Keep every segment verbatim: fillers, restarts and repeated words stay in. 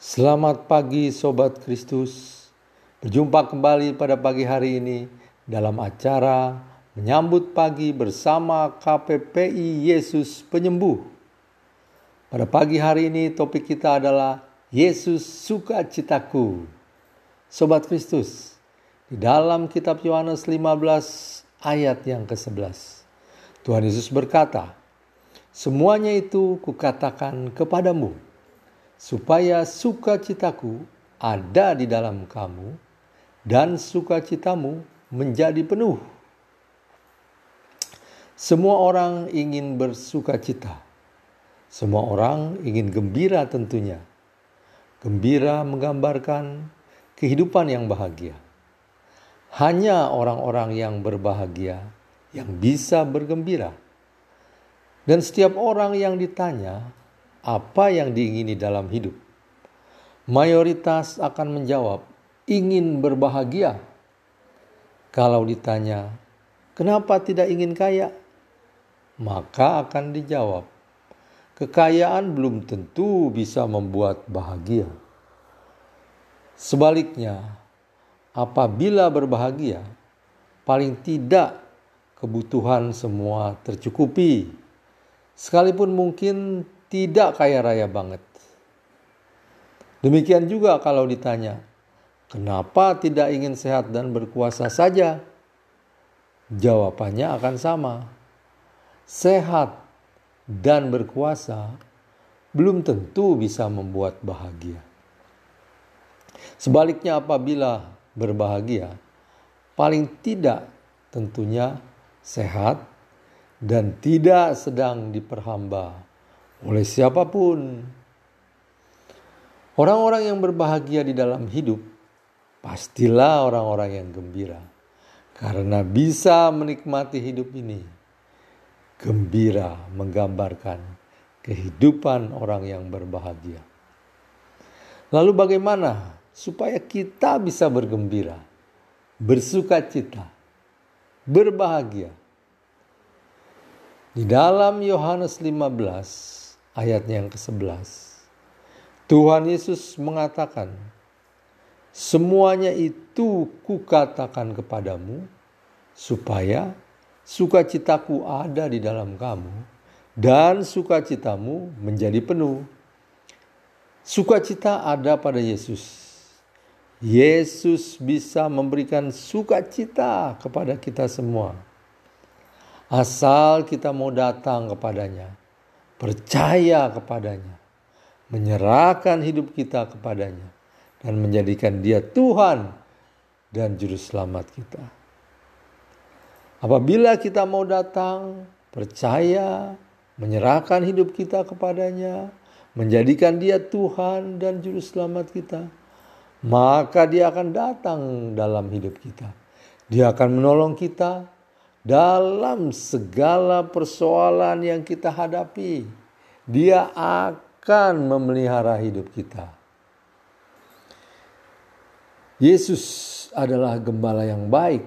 Selamat pagi Sobat Kristus. Berjumpa kembali pada pagi hari ini dalam acara Menyambut Pagi bersama K P P I Yesus Penyembuh. Pada pagi hari ini topik kita adalah Yesus Sukacitaku. Sobat Kristus, di dalam kitab Yohanes lima belas ayat yang kesebelas, Tuhan Yesus berkata, "Semuanya itu kukatakan kepadamu, supaya sukacitaku ada di dalam kamu dan sukacitamu menjadi penuh." Semua orang ingin bersukacita. Semua orang ingin gembira tentunya. Gembira menggambarkan kehidupan yang bahagia. Hanya orang-orang yang berbahagia yang bisa bergembira. Dan setiap orang yang ditanya apa yang diingini dalam hidup, mayoritas akan menjawab ingin berbahagia. Kalau ditanya kenapa tidak ingin kaya, maka akan dijawab kekayaan belum tentu bisa membuat bahagia. Sebaliknya, apabila berbahagia, paling tidak kebutuhan semua tercukupi, sekalipun mungkin tidak kaya raya banget. Demikian juga kalau ditanya, kenapa tidak ingin sehat dan berkuasa saja? Jawabannya akan sama. Sehat dan berkuasa belum tentu bisa membuat bahagia. Sebaliknya apabila berbahagia, paling tidak tentunya sehat dan tidak sedang diperhamba oleh siapapun. Orang-orang yang berbahagia di dalam hidup pastilah orang-orang yang gembira, karena bisa menikmati hidup ini. Gembira menggambarkan kehidupan orang yang berbahagia. Lalu bagaimana supaya kita bisa bergembira, bersukacita, berbahagia? Di dalam Yohanes lima belas ayatnya yang kesebelas, Tuhan Yesus mengatakan, "Semuanya itu kukatakan kepadamu, supaya sukacitaku ada di dalam kamu, dan sukacitamu menjadi penuh." Sukacita ada pada Yesus. Yesus bisa memberikan sukacita kepada kita semua. Asal kita mau datang kepadanya, percaya kepadanya, menyerahkan hidup kita kepadanya, dan menjadikan Dia Tuhan dan Juru Selamat kita. Apabila kita mau datang, percaya, menyerahkan hidup kita kepadanya, menjadikan Dia Tuhan dan Juru Selamat kita, maka Dia akan datang dalam hidup kita. Dia akan menolong kita dalam segala persoalan yang kita hadapi. Dia akan memelihara hidup kita. Yesus adalah gembala yang baik.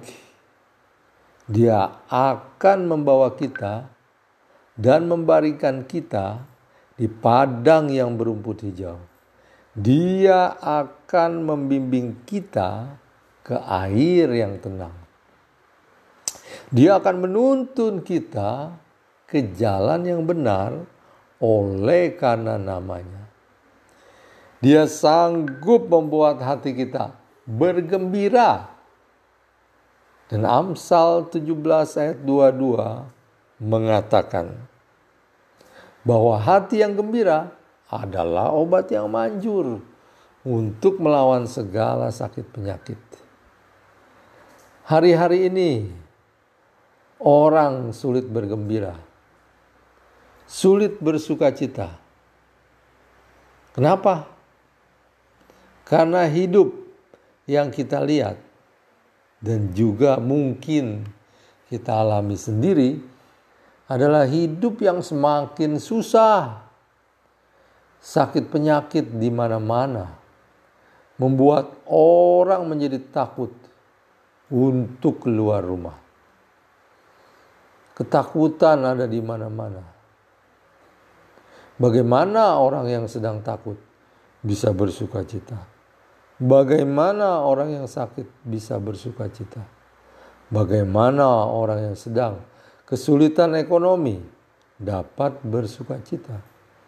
Dia akan membawa kita dan membaringkan kita di padang yang berumput hijau. Dia akan membimbing kita ke air yang tenang. Dia akan menuntun kita ke jalan yang benar oleh karena namanya. Dia sanggup membuat hati kita bergembira. Dan Amsal tujuh belas ayat dua puluh dua mengatakan bahwa hati yang gembira adalah obat yang manjur untuk melawan segala sakit penyakit. Hari-hari ini orang sulit bergembira, sulit bersukacita. Kenapa? Karena hidup yang kita lihat dan juga mungkin kita alami sendiri adalah hidup yang semakin susah. Sakit penyakit di mana-mana membuat orang menjadi takut untuk keluar rumah. Ketakutan ada di mana-mana. Bagaimana orang yang sedang takut bisa bersuka cita? Bagaimana orang yang sakit bisa bersuka cita? Bagaimana orang yang sedang kesulitan ekonomi dapat bersuka cita?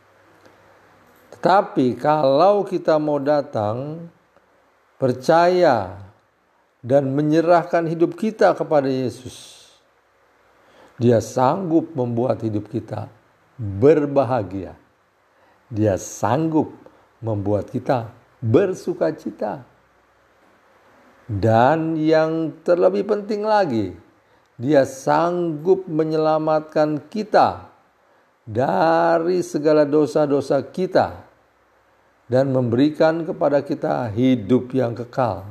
Tetapi kalau kita mau datang, percaya, dan menyerahkan hidup kita kepada Yesus, Dia sanggup membuat hidup kita berbahagia. Dia sanggup membuat kita bersuka cita. Dan yang terlebih penting lagi, Dia sanggup menyelamatkan kita dari segala dosa-dosa kita dan memberikan kepada kita hidup yang kekal.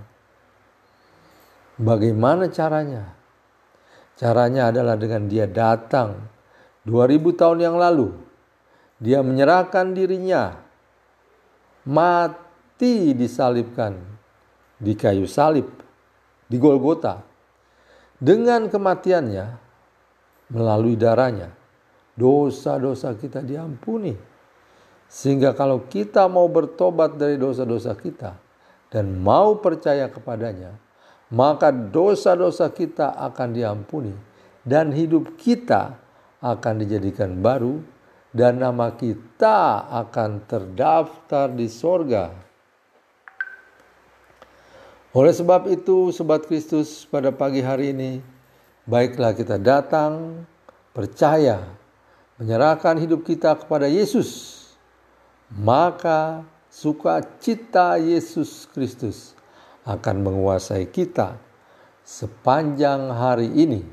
Bagaimana caranya? Caranya adalah dengan Dia datang dua ribu tahun yang lalu. Dia menyerahkan dirinya, mati disalibkan di kayu salib di Golgota. Dengan kematiannya, melalui darahnya, dosa-dosa kita diampuni. Sehingga kalau kita mau bertobat dari dosa-dosa kita dan mau percaya kepadanya, maka dosa-dosa kita akan diampuni dan hidup kita akan dijadikan baru dan nama kita akan terdaftar di sorga. Oleh sebab itu, Sobat Kristus, pada pagi hari ini, baiklah kita datang, percaya, menyerahkan hidup kita kepada Yesus. Maka sukacita Yesus Kristus akan menguasai kita sepanjang hari ini.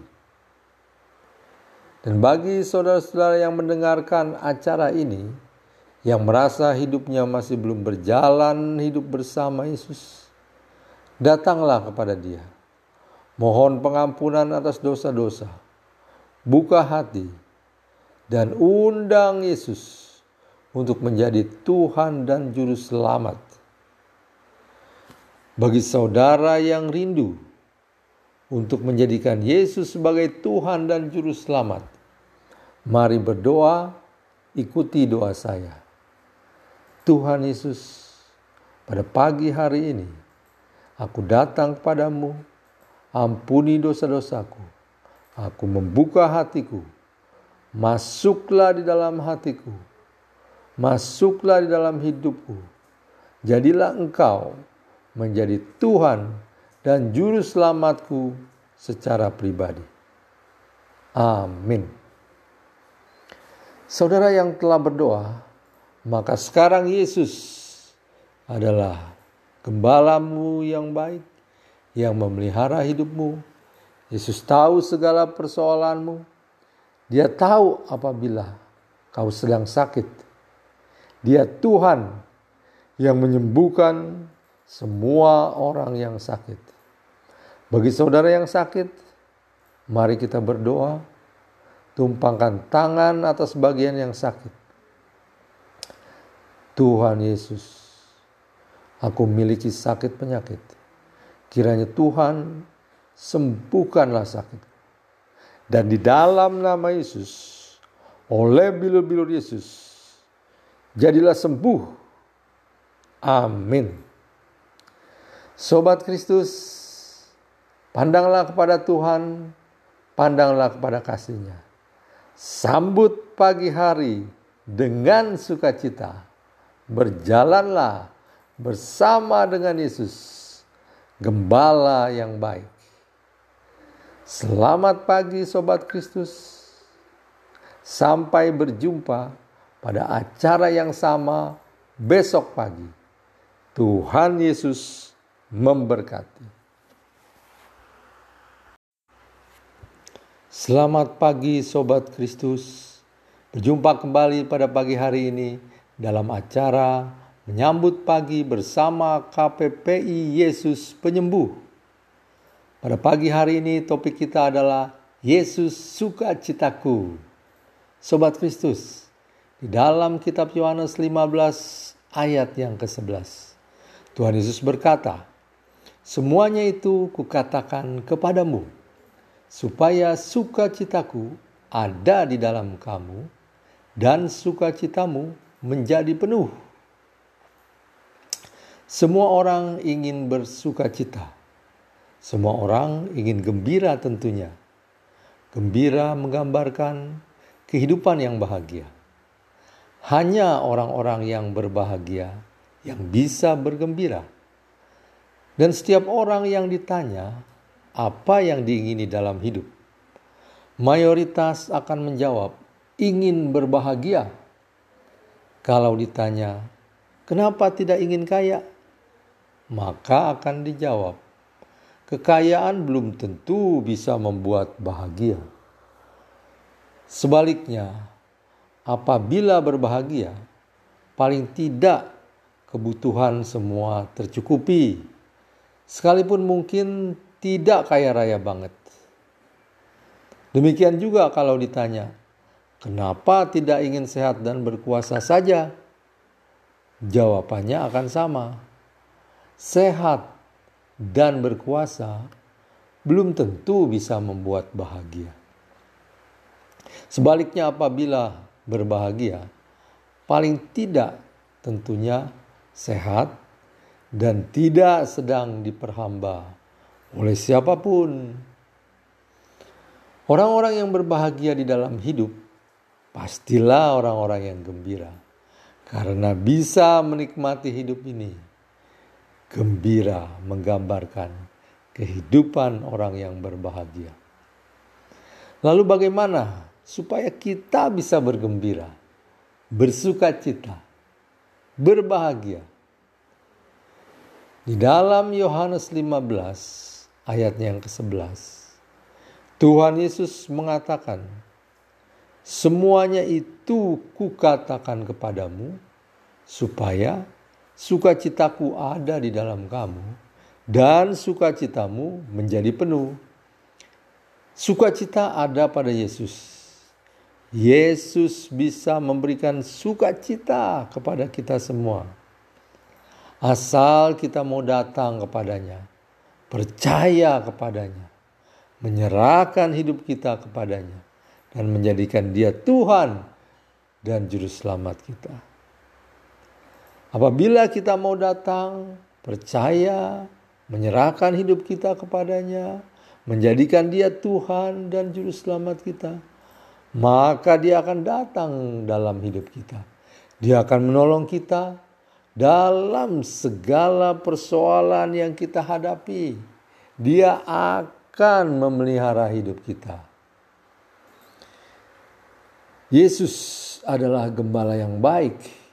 Dan bagi saudara-saudara yang mendengarkan acara ini, yang merasa hidupnya masih belum berjalan hidup bersama Yesus, datanglah kepada Dia. Mohon pengampunan atas dosa-dosa. Buka hati dan undang Yesus untuk menjadi Tuhan dan Juru Selamat. Bagi saudara yang rindu untuk menjadikan Yesus sebagai Tuhan dan Juru Selamat, mari berdoa, ikuti doa saya. Tuhan Yesus, pada pagi hari ini, aku datang kepadamu, ampuni dosa-dosaku. Aku membuka hatiku, masuklah di dalam hatiku, masuklah di dalam hidupku. Jadilah Engkau menjadi Tuhan dan Juru Selamatku secara pribadi. Amin. Saudara yang telah berdoa, maka sekarang Yesus adalah Gembalamu yang baik, yang memelihara hidupmu. Yesus tahu segala persoalanmu. Dia tahu apabila kau sedang sakit. Dia Tuhan yang menyembuhkan semua orang yang sakit. Bagi saudara yang sakit, mari kita berdoa, tumpangkan tangan atas bagian yang sakit. Tuhan Yesus, aku memiliki sakit penyakit. Kiranya Tuhan sembuhkanlah sakit. Dan di dalam nama Yesus, oleh bilur-bilur Yesus, jadilah sembuh. Amin. Sobat Kristus, pandanglah kepada Tuhan, pandanglah kepada kasih-Nya. Sambut pagi hari dengan sukacita. Berjalanlah bersama dengan Yesus, Gembala yang baik. Selamat pagi Sobat Kristus. Sampai berjumpa pada acara yang sama besok pagi. Tuhan Yesus memberkati. Selamat pagi Sobat Kristus. Berjumpa kembali pada pagi hari ini dalam acara menyambut pagi bersama K P P I Yesus Penyembuh. Pada pagi hari ini topik kita adalah Yesus sukacitaku. Sobat Kristus, di dalam kitab Yohanes lima belas ayat yang kesebelas, Tuhan Yesus berkata, "Semuanya itu kukatakan kepadamu, supaya sukacitaku ada di dalam kamu, dan sukacitamu menjadi penuh." Semua orang ingin bersukacita. Semua orang ingin gembira tentunya. Gembira menggambarkan kehidupan yang bahagia. Hanya orang-orang yang berbahagia yang bisa bergembira. Dan setiap orang yang ditanya apa yang diingini dalam hidup, mayoritas akan menjawab ingin berbahagia. Kalau ditanya kenapa tidak ingin kaya, maka akan dijawab kekayaan belum tentu bisa membuat bahagia. Sebaliknya, apabila berbahagia, paling tidak kebutuhan semua tercukupi, sekalipun mungkin tidak kaya raya banget. Demikian juga kalau ditanya, kenapa tidak ingin sehat dan berkuasa saja? Jawabannya akan sama. Sehat dan berkuasa belum tentu bisa membuat bahagia. Sebaliknya apabila berbahagia, paling tidak tentunya sehat dan tidak sedang diperhamba oleh siapapun. Orang-orang yang berbahagia di dalam hidup pastilah orang-orang yang gembira, karena bisa menikmati hidup ini. Gembira menggambarkan kehidupan orang yang berbahagia. Lalu bagaimana supaya kita bisa bergembira, bersukacita, berbahagia? Di dalam Yohanes lima belas ayatnya yang kesebelas, Tuhan Yesus mengatakan, semuanya itu kukatakan kepadamu supaya sukacitaku ada di dalam kamu dan sukacitamu menjadi penuh. Sukacita ada pada Yesus. Yesus bisa memberikan sukacita kepada kita semua. Asal kita mau datang kepadanya, percaya kepadanya, menyerahkan hidup kita kepadanya, dan menjadikan Dia Tuhan dan Juru Selamat kita. Apabila kita mau datang, percaya, menyerahkan hidup kita kepadanya, menjadikan Dia Tuhan dan Juru Selamat kita, maka Dia akan datang dalam hidup kita. Dia akan menolong kita dalam segala persoalan yang kita hadapi. Dia akan memelihara hidup kita. Yesus adalah gembala yang baik.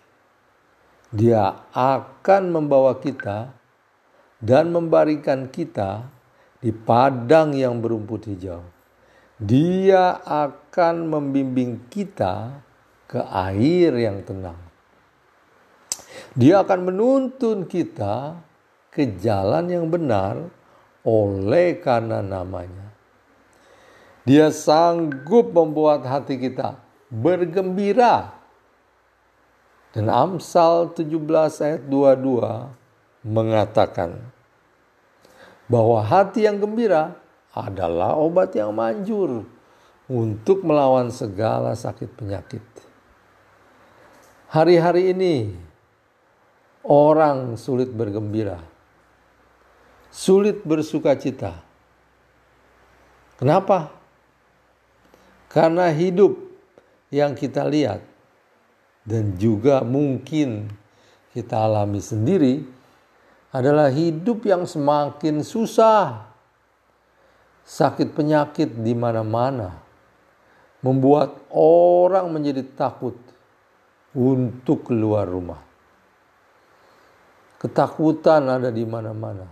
Dia akan membawa kita dan membaringkan kita di padang yang berumput hijau. Dia akan membimbing kita ke air yang tenang. Dia akan menuntun kita ke jalan yang benar oleh karena namanya. Dia sanggup membuat hati kita bergembira. Dan Amsal tujuh belas ayat dua puluh dua mengatakan bahwa hati yang gembira adalah obat yang manjur untuk melawan segala sakit penyakit. Hari-hari ini orang sulit bergembira, sulit bersukacita. Kenapa? Karena hidup yang kita lihat dan juga mungkin kita alami sendiri adalah hidup yang semakin susah. Sakit penyakit di mana-mana membuat orang menjadi takut untuk keluar rumah. Ketakutan ada di mana-mana.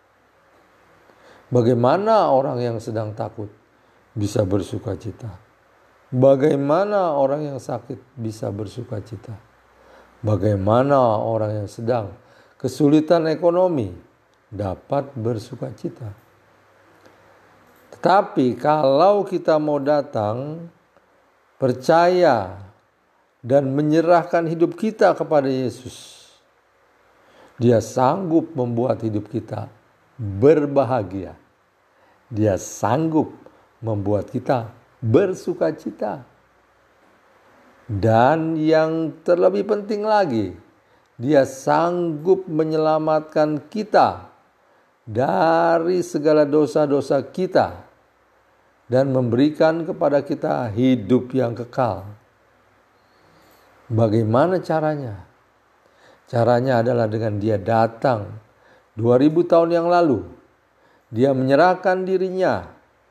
Bagaimana orang yang sedang takut bisa bersukacita? Bagaimana orang yang sakit bisa bersukacita? Bagaimana orang yang sedang kesulitan ekonomi dapat bersukacita? Tetapi kalau kita mau datang, percaya, dan menyerahkan hidup kita kepada Yesus, Dia sanggup membuat hidup kita berbahagia. Dia sanggup membuat kita bersukacita. Dan yang terlebih penting lagi, Dia sanggup menyelamatkan kita dari segala dosa-dosa kita dan memberikan kepada kita hidup yang kekal. Bagaimana caranya? Caranya adalah dengan dia datang dua ribu tahun yang lalu. Dia menyerahkan dirinya,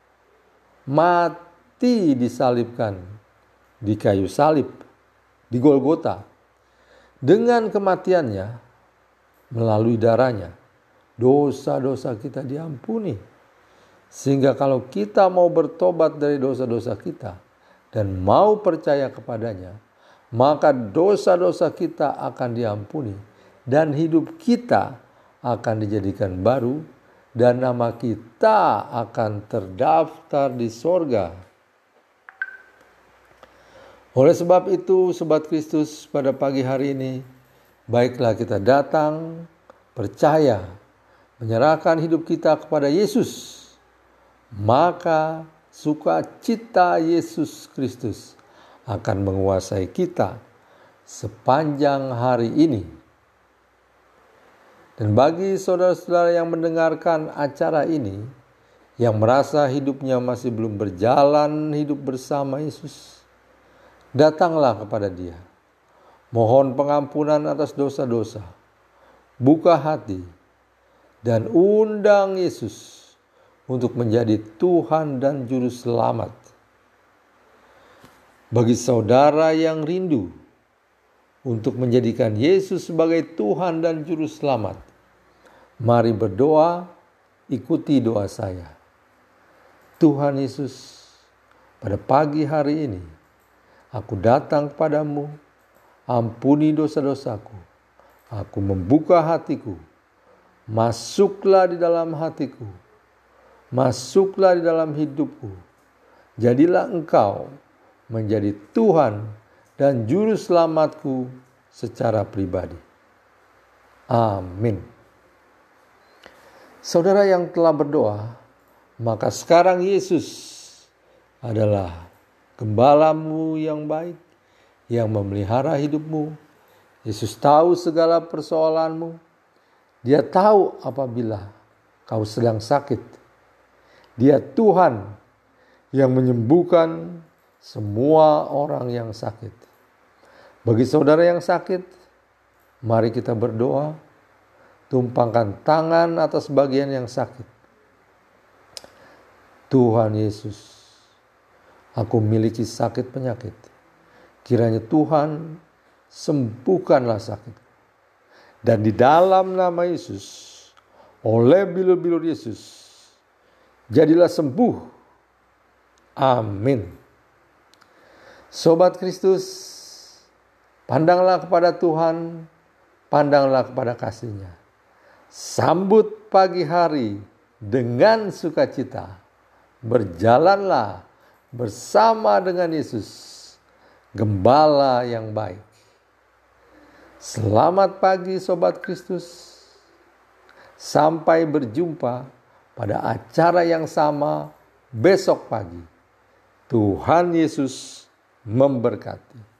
mati disalibkan di kayu salib, di Golgota. Dengan kematiannya, melalui darahnya, dosa-dosa kita diampuni. Sehingga kalau kita mau bertobat dari dosa-dosa kita dan mau percaya kepadanya, maka dosa-dosa kita akan diampuni dan hidup kita akan dijadikan baru dan nama kita akan terdaftar di sorga. Oleh sebab itu, Sobat Kristus, pada pagi hari ini, baiklah kita datang, percaya, menyerahkan hidup kita kepada Yesus. Maka sukacita Yesus Kristus akan menguasai kita sepanjang hari ini. Dan bagi saudara-saudara yang mendengarkan acara ini, yang merasa hidupnya masih belum berjalan hidup bersama Yesus, datanglah kepada Dia. Mohon pengampunan atas dosa-dosa. Buka hati dan undang Yesus untuk menjadi Tuhan dan Juru Selamat. Bagi saudara yang rindu untuk menjadikan Yesus sebagai Tuhan dan Juru Selamat, mari berdoa, ikuti doa saya. Tuhan Yesus, pada pagi hari ini, aku datang kepadamu, ampuni dosa-dosaku. Aku membuka hatiku, masuklah di dalam hatiku, masuklah di dalam hidupku. Jadilah Engkau menjadi Tuhan dan Juru Selamatku secara pribadi. Amin. Saudara yang telah berdoa, maka sekarang Yesus adalah Gembalamu yang baik, yang memelihara hidupmu. Yesus tahu segala persoalanmu. Dia tahu apabila kau sedang sakit. Dia Tuhan yang menyembuhkan semua orang yang sakit. Bagi saudara yang sakit, mari kita berdoa, tumpangkan tangan atas bagian yang sakit. Tuhan Yesus, aku memiliki sakit penyakit. Kiranya Tuhan sembuhkanlah sakit. Dan di dalam nama Yesus, oleh bilur-bilur Yesus, jadilah sembuh. Amin. Sobat Kristus, pandanglah kepada Tuhan, pandanglah kepada kasih-Nya. Sambut pagi hari dengan sukacita. Berjalanlah bersama dengan Yesus, Gembala yang baik. Selamat pagi Sobat Kristus. Sampai berjumpa pada acara yang sama besok pagi. Tuhan Yesus memberkati.